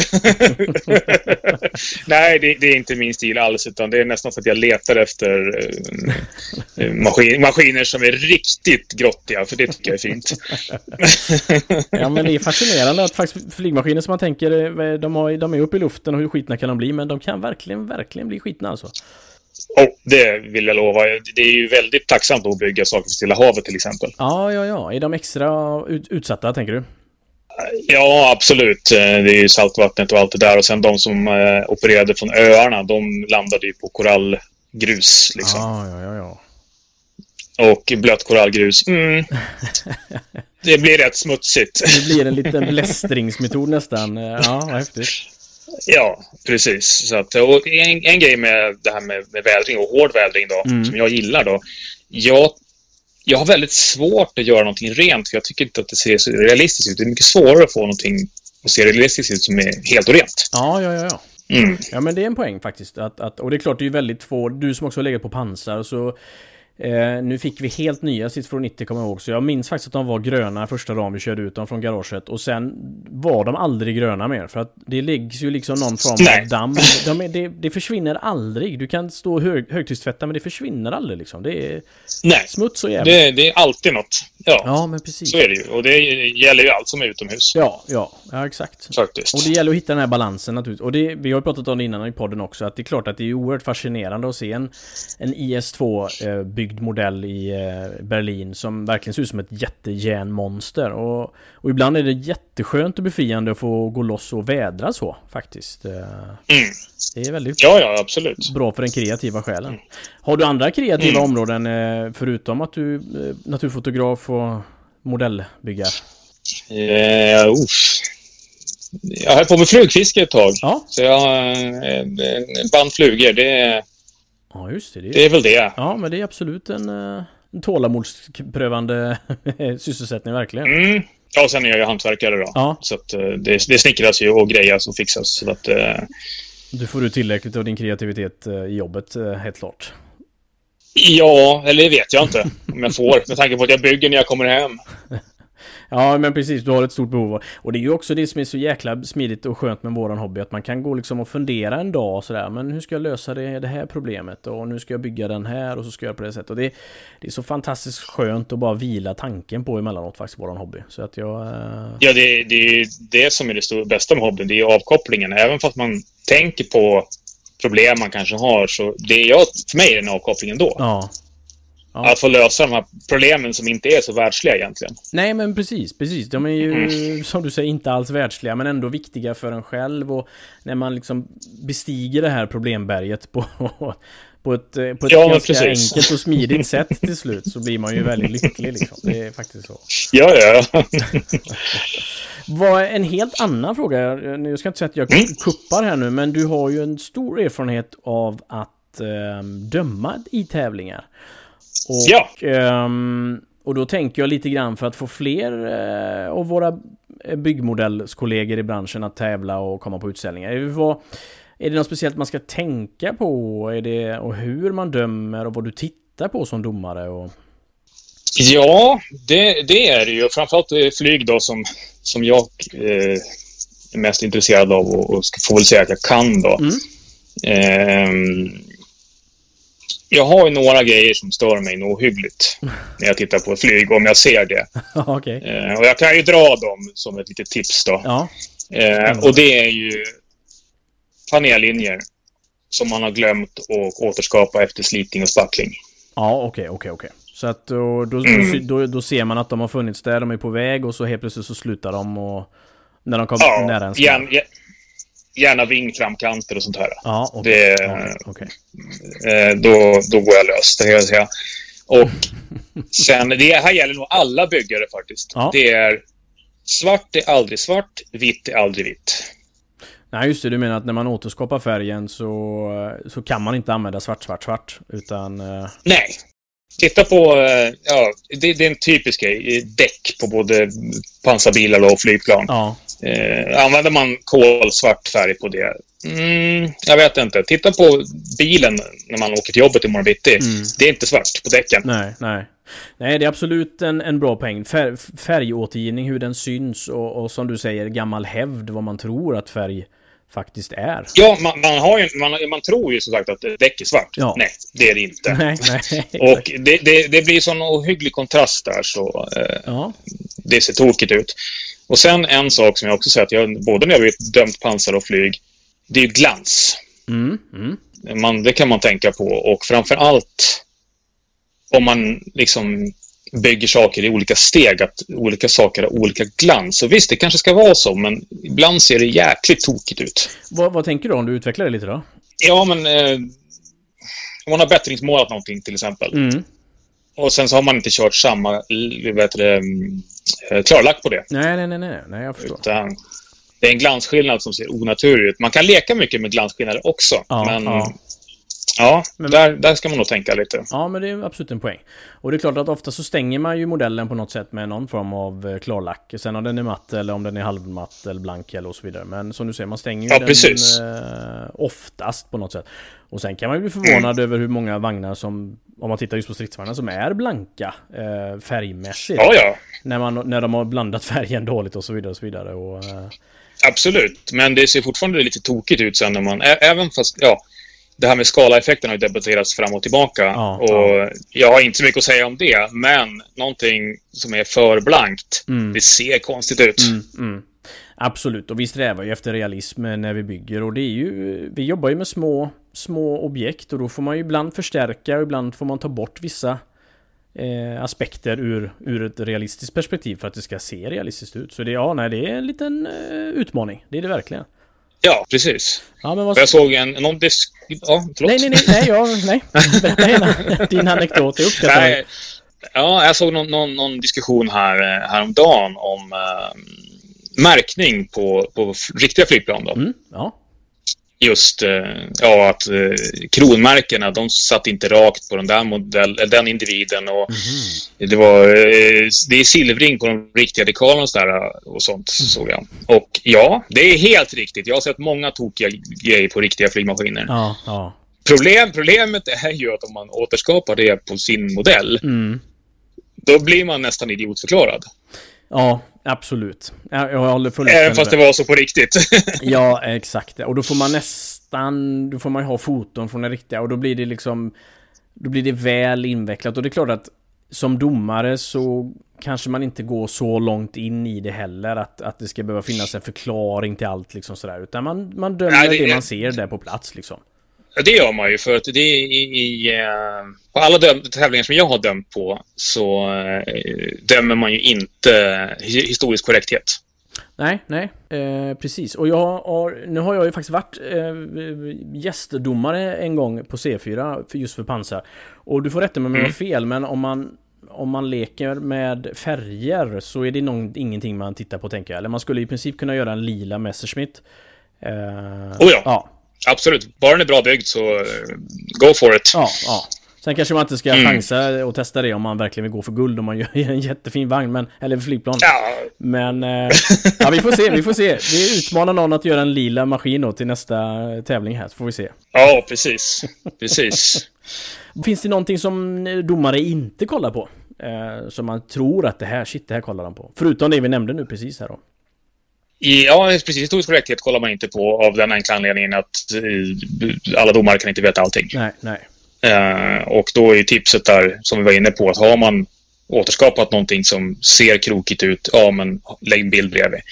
Nej, det är inte min stil alls, utan det är nästan så att jag letar efter maskiner som är riktigt grottiga, för det tycker jag är fint. Ja, men det är fascinerande att faktiskt flygmaskiner som man tänker, de är uppe i luften och hur skitna kan de bli, men de kan verkligen bli skitna alltså. Det vill jag lova. Det är ju väldigt tacksamt att bygga saker för Stilla havet till exempel. Ja. Är de extra utsatta, tänker du? Ja, absolut. Det är ju saltvattnet och allt det där. Och sen de som opererade från öarna, de landade ju på korallgrus liksom. Ja. Och blött korallgrus. Det blir rätt smutsigt. Det blir en liten blästringsmetod nästan. Ja, vad häftigt. Ja, precis. Så att, och en grej med det här med vädring och hård vädring då, som jag gillar då. jag har väldigt svårt att göra någonting rent, för jag tycker inte att det ser så realistiskt ut. Det är mycket svårare att få någonting att se realistiskt ut som är helt och rent. Ja. Ja, men det är en poäng faktiskt. Och det är klart, det är ju väldigt få. Du som också har legat på pansar, så nu fick vi helt nya Citroën 90, kommer jag ihåg. Så jag minns faktiskt att de var gröna första dagen vi körde ut dem från garaget. Och sen var de aldrig gröna mer. För att det läggs ju liksom någon form av damm. Det försvinner aldrig. Du kan stå högtryckstvätta, men det försvinner aldrig liksom. Det är smuts och jävla. Det är alltid något. Ja, men precis. Så är det ju. Och det gäller ju allt som är utomhus. Ja, exakt. Faktiskt. Och det gäller att hitta den här balansen naturligtvis. Och vi har pratat om det innan i podden också, att det är klart att det är oerhört fascinerande att se en IS2 byggd modell i Berlin som verkligen ser ut som ett jättejärnmonster. Och ibland är det jätteskönt och befriande att få gå loss och vädra så, faktiskt. Det är väldigt absolut. Bra för den kreativa själen. Har du andra kreativa områden förutom att du naturfotograf och modellbyggare? Jag höll på med flugfiske ett tag. Ja. Så jag band flugor. Ja, just det. Det är väl det. Ja, men det är absolut en tålamodsprövande sysselsättning, verkligen. Ja, och sen är jag ju hantverkare då. Ja. Så att det snickras ju och grejas och fixas. Så att, du får ut tillräckligt av din kreativitet i jobbet, helt klart. Ja, eller det vet jag inte om jag får. Med tanke på att jag bygger när jag kommer hem. Ja, men precis, du har ett stort behov. Och det är ju också det som är så jäkla smidigt och skönt med våran hobby, att man kan gå liksom och fundera en dag och sådär, men hur ska jag lösa det här problemet, och nu ska jag bygga den här, och så ska jag på det sättet. Och det är så fantastiskt skönt att bara vila tanken på emellanåt faktiskt, våran hobby. Så att jag... Ja, det är det som är det bästa med hobbyn, det är avkopplingen. Även fast man tänker på problem man kanske har, så för mig är det en avkoppling ändå. Ja. Att få lösa de här problemen som inte är så världsliga egentligen. Nej, men precis. De är ju, som du säger, inte alls världsliga, men ändå viktiga för en själv. Och när man liksom bestiger det här problemberget på ett ganska enkelt och smidigt sätt till slut, så blir man ju väldigt lycklig liksom. Det är faktiskt så. Ja. Vad en helt annan fråga. Jag ska inte säga att jag kuppar här nu, men du har ju en stor erfarenhet av att döma i tävlingar. Och då tänker jag lite grann, för att få fler av våra byggmodellskollegor i branschen att tävla och komma på utställningar. Är det något speciellt man ska tänka på? Och hur man dömer, och vad du tittar på som domare? Ja, det är det ju. Framförallt flyg då som jag är mest intresserad av, och får väl säga att jag kan då. Jag har ju några grejer som stör mig nog hyggligt när jag tittar på flyg, om jag ser det. Okay. Och jag kan ju dra dem som ett litet tips då. Ja. Och det är ju panellinjer som man har glömt att återskapa efter slitning och spackling. Ja, okej. Så att då ser man att de har funnits där, de är på väg, och så helt plötsligt så slutar de, och när de kommer nära en skall. Gärna vingframkanter och sånt här. Ja, okej. Då går jag lös, det kan jag säga. Och sen, det här gäller nog alla byggare faktiskt. Ja. Det är svart är aldrig svart, vitt är aldrig vitt. Nej, just det, du menar att när man återskapar färgen så kan man inte använda svart, utan... Nej. Titta på, det är en typisk grej, däck på både pansarbilar och flygplan. Ja. Använder man kolsvart färg på det? Jag vet inte. Titta på bilen när man åker till jobbet i morgon bitti. Det är inte svart på däcken. Nej, det är absolut en bra poäng. Färgåtergivning, hur den syns, och som du säger, gammal hävd, vad man tror att färg faktiskt är. Ja, man tror ju som sagt att däck är svart. Ja. Nej, det är det inte. Nej. Och det blir sån ohygglig kontrast där, så det ser tokigt ut. Och sen en sak som jag också säger, att både när jag har dömt pansar och flyg, det är ju glans. Det kan man tänka på, och framförallt om man liksom bygger saker i olika steg, att olika saker har olika glans. Och visst, det kanske ska vara så, men ibland ser det jäkligt tokigt ut. Vad tänker du om du utvecklar det lite då? Ja, men om man har bättringsmålat någonting till exempel. Och sen så har man inte kört samma klarlack på det. Nej, jag förstår. Utan det är en glansskillnad som ser onaturlig ut. Man kan leka mycket med glansskillnader också, men Ja, men där ska man nog tänka lite. Ja, men det är absolut en poäng. Och det är klart att ofta så stänger man ju modellen på något sätt med någon form av klarlack. Sen om den är matt eller om den är halvmatt eller blank eller och så vidare. Men som du säger, man stänger ju den oftast på något sätt. Och sen kan man ju bli förvånad över hur många vagnar som, om man tittar just på stridsvagnar, som är blanka färgmässigt. Ja. När de har blandat färgen dåligt och så vidare och så vidare. Och, absolut, men det ser fortfarande lite tokigt ut sen när man, även fast, det här med skalaeffekten har ju debatterats fram och tillbaka. Jag har inte så mycket att säga om det, men någonting som är för blankt, det ser konstigt ut. Absolut, och vi strävar ju efter realism när vi bygger, och det är ju, vi jobbar ju med små objekt, och då får man ju ibland förstärka och ibland får man ta bort vissa aspekter ur ett realistiskt perspektiv för att det ska se realistiskt ut. Så det är en liten utmaning, det är det verkligen. Ja, precis. Ja, men jag såg nej. Berätta gärna din anekdot, jag uppskattar det. Ja, jag såg någon diskussion häromdagen om märkning på riktiga flygplan då. Ja. Just att kronmärkena, de satt inte rakt på den där den individen, och det är silvring på de riktiga dekalerna och sånt, såg jag. Och ja, det är helt riktigt. Jag har sett många tokiga grejer på riktiga flygmaskiner. Ja. Problemet är ju att om man återskapar det på sin modell, då blir man nästan idiotförklarad. Ja, absolut. Jag håller fullständigt. Även fast det var så på riktigt. Ja, exakt. Och då får man ju ha foton från det riktiga, och då blir det väl invecklat. Och det är klart att som domare så kanske man inte går så långt in i det heller, att det ska behöva finnas en förklaring till allt liksom sådär, utan man dömer det man ser där på plats liksom. Det gör man ju, för att det är på alla tävlingar som jag har dömt på, så dömer man ju inte historisk korrekthet. Nej, precis. Och nu har jag ju faktiskt varit gästdomare en gång på C4 just för pansar. Och du får rätta mig om jag har fel, men om man leker med färger så är det ingenting man tittar på, tänker jag. Eller man skulle i princip kunna göra en lila Messerschmitt. Ja. Absolut, bara den är bra byggd så go for it. Ja. Sen kanske man inte ska chansa och testa det om man verkligen vill gå för guld, om man gör en jättefin vagn eller flygplan. Ja. Men vi får se. Vi utmanar någon att göra en lila maskin då till nästa tävling här, så får vi se. Ja, precis. Finns det någonting som domare inte kollar på? Som man tror att det här kollar de på? Förutom det vi nämnde nu precis här då. Ja, precis. Historisk korrekthet kollar man inte på, av den enkla anledningen att alla domare kan inte veta allting. Nej. Och då är tipset där, som vi var inne på, att har man återskapat någonting som ser krokigt ut, men lägg en bild bredvid.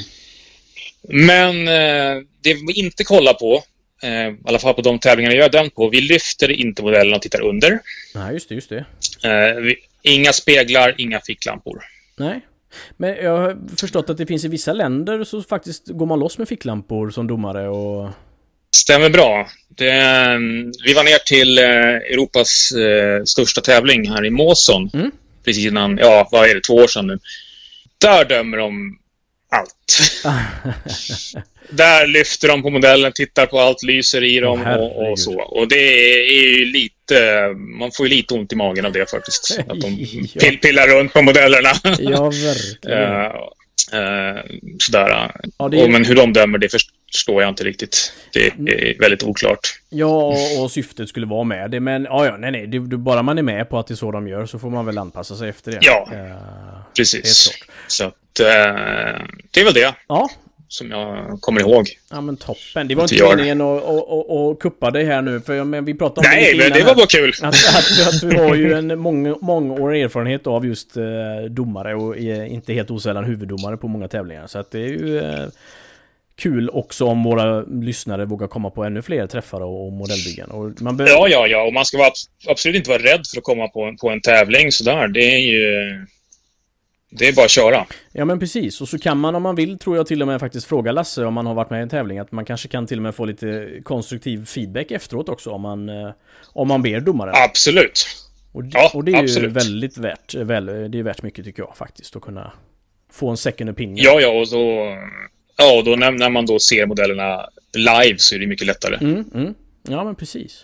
Men det vi inte kollar på, i alla fall på de tävlingar jag har dömt på, vi lyfter inte modellen och tittar under. Nej, just det. Inga speglar, inga ficklampor. Nej. Men jag har förstått att det finns i vissa länder så faktiskt går man loss med ficklampor som domare och... Stämmer bra. Vi var ner till Europas största tävling här i Måsson. Precis innan, 2 år sedan nu. Där dömer de allt. Där lyfter de på modellen, tittar på allt, lyser i dem och så. Och det är ju lite... Man får ju lite ont i magen av det faktiskt. Att de pillar runt på modellerna. Ja, verkligen. Sådär. Ja, men hur de dömer, det förstår jag inte riktigt. Det är väldigt oklart. Ja, och syftet skulle vara med det. Men nej. Bara man är med på att det är så de gör, så får man väl anpassa sig efter det. Ja, precis. Så att, det är väl det. Ja. Som jag kommer ihåg. Ja, men toppen. Det var inte meningen att kuppa dig här nu. För vi pratade om nej, men det var bara kul. Att du har ju en mångårig erfarenhet av just domare och är inte helt osällan huvuddomare på många tävlingar. Så att det är ju kul också om våra lyssnare vågar komma på ännu fler träffar och modellbyggen. Och man Ja. Och man ska absolut inte vara rädd för att komma på en tävling sådär. Det är bara att köra. Ja, men precis. Och så kan man, om man vill, tror jag till och med faktiskt fråga Lasse om man har varit med i en tävling, att man kanske kan till och med få lite konstruktiv feedback efteråt också om man ber domaren. Absolut. Och det är ju väldigt värt. Det är värt mycket, tycker jag, faktiskt, att kunna få en second opinion. Ja, och då när man då ser modellerna live så är det mycket lättare. Ja, men precis.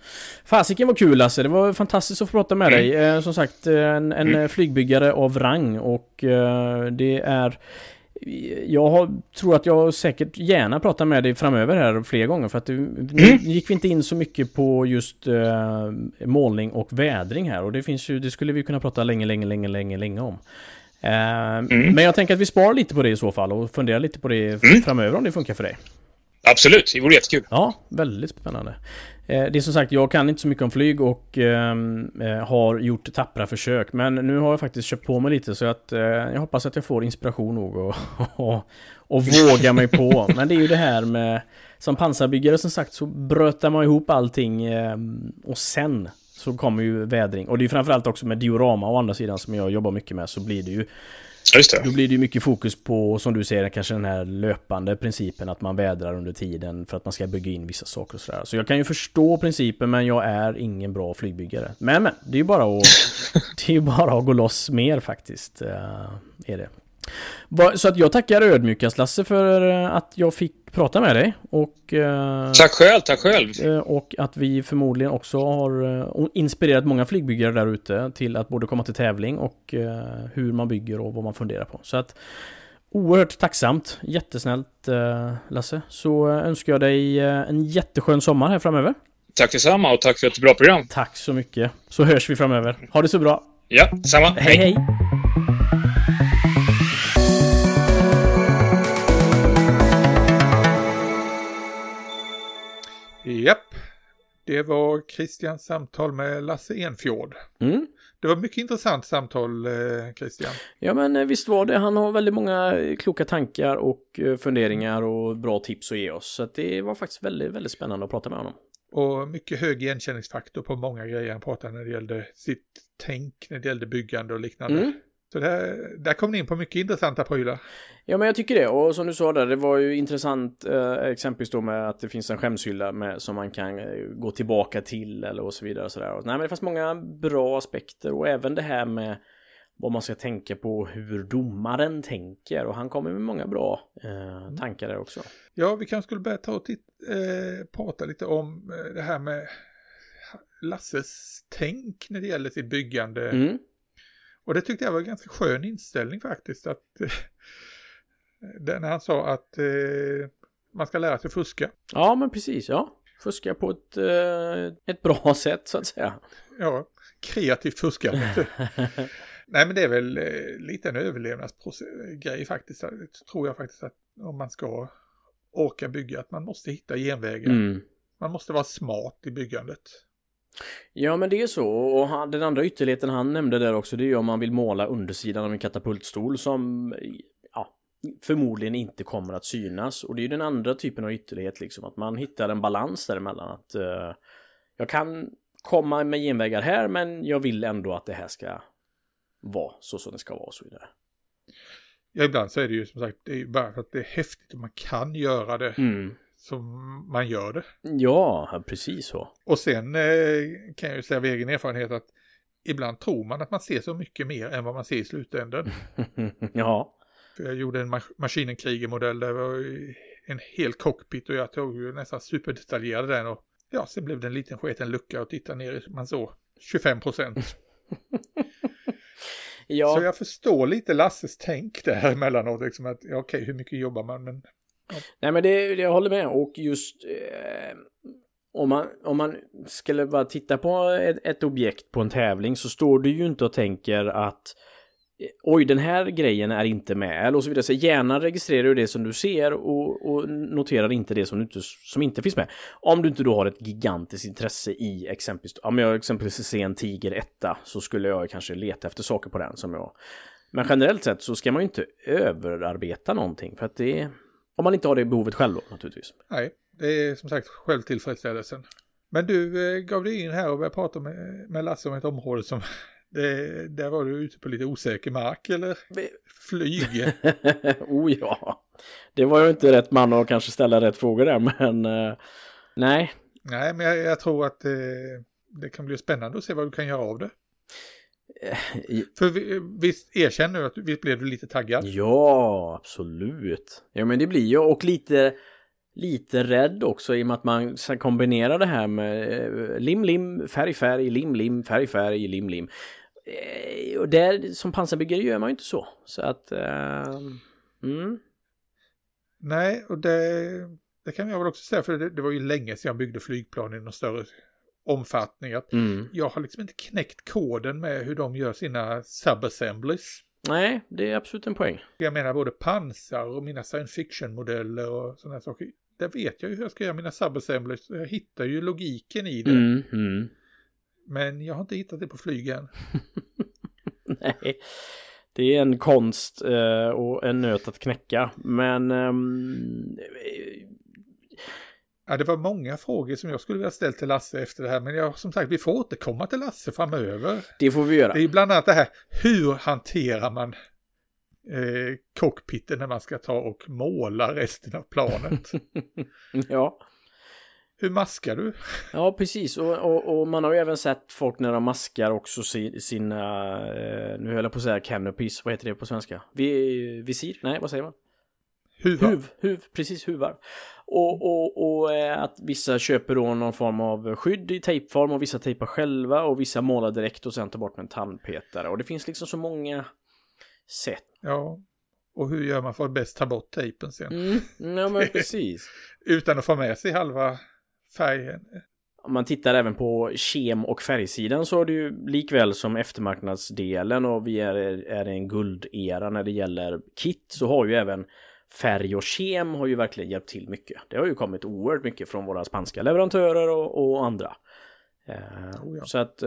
Fasiken var kul, Lasse. Det var fantastiskt att få prata med dig. Som sagt, en flygbyggare av rang. Och det är... tror att jag säkert gärna pratar med dig framöver här fler gånger. För att nu gick vi inte in så mycket på just målning och vädring här. Och det skulle vi kunna prata länge om. Men jag tänker att vi sparar lite på det i så fall. Och funderar lite på det framöver om det funkar för dig. Absolut, det vore jättekul. Ja, väldigt spännande. Det är som sagt, jag kan inte så mycket om flyg och har gjort tappra försök. Men nu har jag faktiskt köpt på mig lite så att jag hoppas att jag får inspiration nog och våga mig på. Men det är ju det här med, som pansarbyggare som sagt så brötar man ihop allting och sen så kommer ju vädring. Och det är framförallt också med diorama å andra sidan som jag jobbar mycket med, så blir det ju då blir det ju mycket fokus på, som du säger, kanske den här löpande principen att man vädrar under tiden för att man ska bygga in vissa saker och sådär. Så jag kan ju förstå principen, men jag är ingen bra flygbyggare. Men det är ju bara att gå loss mer faktiskt, är det. Så att jag tackar ödmjukast, Lasse, för att jag fick prata med dig. Och, tack själv. Och att vi förmodligen också har inspirerat många flygbyggare där ute till att både komma till tävling och hur man bygger och vad man funderar på. Så att oerhört tacksamt, jättesnällt, Lasse. Så önskar jag dig en jätteskön sommar här framöver. Tack detsamma och tack för ett bra program. Tack så mycket. Så hörs vi framöver. Ha det så bra. Ja, samma. Hej. Japp, det var Christians samtal med Lasse Enfjord. Det var mycket intressant samtal, Christian. Ja, men visst var det. Han har väldigt många kloka tankar och funderingar och bra tips att ge oss. Så att det var faktiskt väldigt, väldigt spännande att prata med honom. Och mycket hög igenkänningsfaktor på många grejer han pratade när det gällde sitt tänk, när det gällde byggande och liknande. Så där kom ni in på mycket intressanta prylar. Ja, men jag tycker det. Och som du sa där, det var ju intressant exempelvis då med att det finns en skämshylla som man kan gå tillbaka till eller och så vidare. Och så där. Nej, men det fanns många bra aspekter och även det här med vad man ska tänka på, hur domaren tänker. Och han kommer med många bra tankar där också. Ja, vi kanske skulle börja ta och prata lite om det här med Lasses tänk när det gäller sitt byggande. Och det tyckte jag var en ganska skön inställning faktiskt. Att, när han sa att man ska lära sig fuska. Ja, men precis. Ja. Fuska på ett bra sätt så att säga. Ja, kreativt fuska. Nej, men det är väl lite en överlevnadsgrej faktiskt. Det tror jag faktiskt att om man ska orka bygga, att man måste hitta genvägar. Man måste vara smart i byggandet. Ja, men det är så. Och den andra ytterligheten han nämnde där också, det är ju om man vill måla undersidan av en katapultstol som förmodligen inte kommer att synas. Och det är ju den andra typen av ytterlighet, liksom, att man hittar en balans däremellan. Att jag kan komma med genvägar här, men jag vill ändå att det här ska vara så som det ska vara och så vidare. Ja, ibland så är det ju som sagt, det är ju bara för att det är häftigt och man kan göra det. Som man gör det. Ja, precis så. Och sen kan jag ju säga av egen erfarenhet att ibland tror man att man ser så mycket mer än vad man ser i slutändan. Ja. För jag gjorde en Maschinen-Krieger-modell där det var en hel cockpit och jag tog ju nästan superdetaljerade den och ja, sen blev det en liten sketen lucka och titta ner, man såg 25%. Ja. Så jag förstår lite Lasses tänk där emellanåt, liksom att okej, hur mycket jobbar man, men ja. Nej, men jag håller med. Och just om man skulle bara titta på ett objekt på en tävling, så står du ju inte och tänker att oj, den här grejen är inte med eller och så vidare. Så gärna registrerar du det som du ser och noterar inte det som inte finns med. Om du inte då har ett gigantiskt intresse i exempelvis, om jag exempelvis ser en Tiger 1, så skulle jag kanske leta efter saker på den som jag. Men generellt sett så ska man ju inte överarbeta någonting, för att det, om man inte har det behovet själv då, naturligtvis. Nej, det är som sagt självtillfredsställelsen. Men du gav dig in här och började prata med Lasse om ett område som där var du ute på lite osäker mark, eller flyg. Oh ja, det var ju inte rätt man att kanske ställa rätt frågor där, men nej. Nej, men jag tror att det kan bli spännande att se vad du kan göra av det. För visst erkänner du att visst blev du lite taggad? Ja, absolut. Ja, men det blir ju, och lite lite rädd också i och med att man ska kombinera det här med lim, färg, lim, färg, lim. Och där som pansarbyggare gör man ju inte så. Så att... Nej, och det kan jag väl också säga, för det var ju länge sedan jag byggde flygplan i någon större omfattning. Att jag har liksom inte knäckt koden med hur de gör sina subassemblies. Nej, det är absolut en poäng. Jag menar både pansar och mina science fiction-modeller och sådana saker. Där vet jag ju hur jag ska göra mina subassemblies. Jag hittar ju logiken i det. Men jag har inte hittat det på flygen. Nej, det är en konst och en nöt att knäcka. Men... Ja, det var många frågor som jag skulle vilja ställa till Lasse efter det här. Men som sagt, vi får återkomma till Lasse framöver. Det får vi göra. Det är bland annat det här, hur hanterar man cockpiten när man ska ta och måla resten av planet? Ja. Hur maskar du? Ja, precis. Och man har ju även sett folk när de maskar också sina, nu höll jag på att säga canopies, vad heter det på svenska? Visir? Nej, vad säger man? Precis, huvar. Och att vissa köper då någon form av skydd i tejpform och vissa tejpar själva och vissa målar direkt och sen tar bort med en tandpetare. Och det finns liksom så många sätt. Ja, och hur gör man för att bäst ta bort tejpen sen? Ja, men precis. Utan att få med sig halva färgen. Om man tittar även på kem- och färgsidan så är det ju likväl som eftermarknadsdelen och vi är en guldera när det gäller kit, så har ju även färg och kem har ju verkligen hjälpt till mycket. Det har ju kommit oerhört mycket från våra spanska leverantörer och andra. Ja. Så att...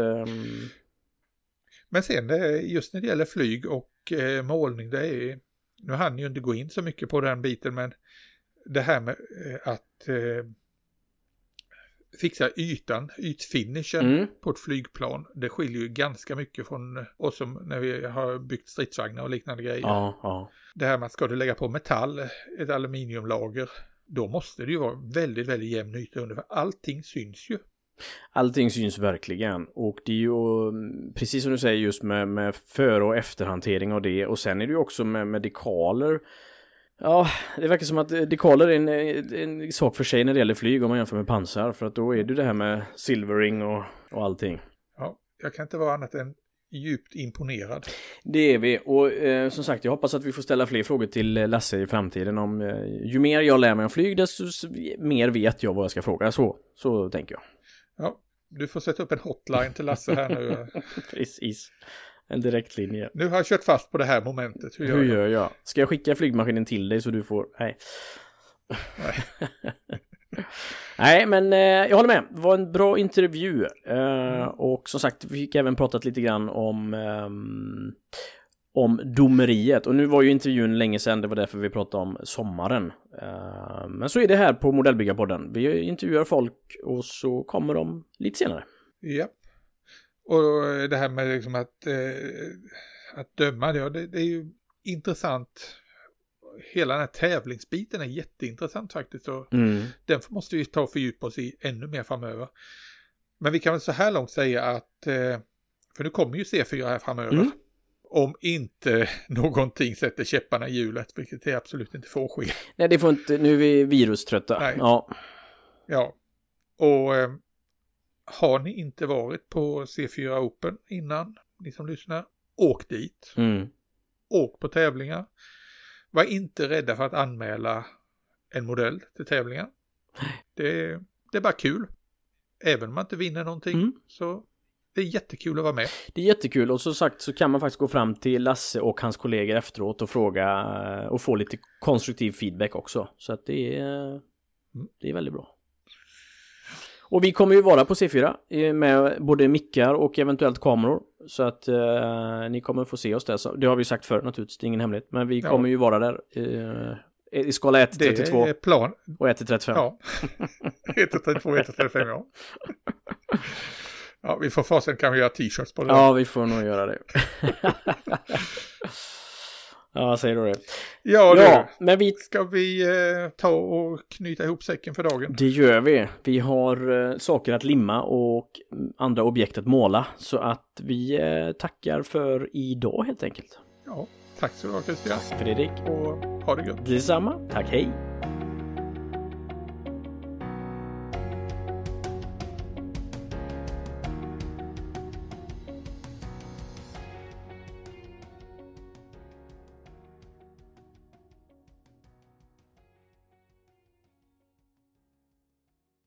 Men sen just när det gäller flyg och målning, det är... Nu hann ju inte gå in så mycket på den biten, men det här med att fixa ytfinishen på ett flygplan, det skiljer ju ganska mycket från oss som när vi har byggt stridsvagnar och liknande grejer. Ja. Det här med att ska du lägga på metall, ett aluminiumlager, då måste det ju vara väldigt, väldigt jämn yta under, för allting syns ju. Allting syns verkligen, och det är ju precis som du säger just med före- och efterhantering av det, och sen är det ju också med dekaler. Ja, det verkar som att dekaler är en sak för sig när det gäller flyg om man jämför med pansar, för att då är det här med silvering och allting. Ja, jag kan inte vara annat än djupt imponerad. Det är vi, och som sagt, jag hoppas att vi får ställa fler frågor till Lasse i framtiden. Ju mer jag lär mig om flyg, desto mer vet jag vad jag ska fråga. Så tänker jag. Ja, du får sätta upp en hotline till Lasse här nu. Precis, en direktlinje. Nu har jag kört fast på det här momentet. Hur gör jag? Ska jag skicka flygmaskinen till dig så du får... Nej. Nej, men jag håller med. Det var en bra intervju. Och som sagt, vi fick även pratat lite grann om domeriet. Och nu var ju intervjun länge sedan, det var därför vi pratade om sommaren. Men så är det här på Modellbyggarpodden. Vi intervjuar folk och så kommer de lite senare. Ja. Och det här med liksom att döma, det är ju intressant. Hela den här tävlingsbiten är jätteintressant faktiskt. Och den måste vi ta och fördjupa oss i ännu mer framöver. Men vi kan väl så här långt säga att, för nu kommer ju C4 här framöver. Om inte någonting sätter käpparna i hjulet, vilket det absolut inte får ske. Nej, det får inte, nu är vi viruströtta. Nej. Ja. Och har ni inte varit på C4 Open innan, ni som lyssnar, åk dit. Åk på tävlingar. Var inte rädda för att anmäla en modell till tävlingar. Det är bara kul. Även om man inte vinner någonting så det är jättekul att vara med. Det är jättekul, och som sagt så kan man faktiskt gå fram till Lasse och hans kollegor efteråt och fråga och få lite konstruktiv feedback också. Så att det är väldigt bra. Och vi kommer ju vara på C4 med både mickar och eventuellt kameror. Så att ni kommer få se oss där. Så det har vi sagt förr naturligtvis, det är ingen hemlighet. Men vi kommer ju vara där i skala 1 till 32 plan. Och 1 till 35. Ja, 1 till 32 och 1 till 35, ja. Ja, vi får fasen kan vi göra t-shirts på det. Ja, vi får nog göra det. Ja, säger du det? Ja, men ska vi ta och knyta ihop säcken för dagen? Det gör vi. Vi har saker att limma och andra objekt att måla. Så att vi tackar för idag helt enkelt. Ja, tack så mycket Christian. Tack Fredrik. Och ha det gött. Detsamma. Tack, hej.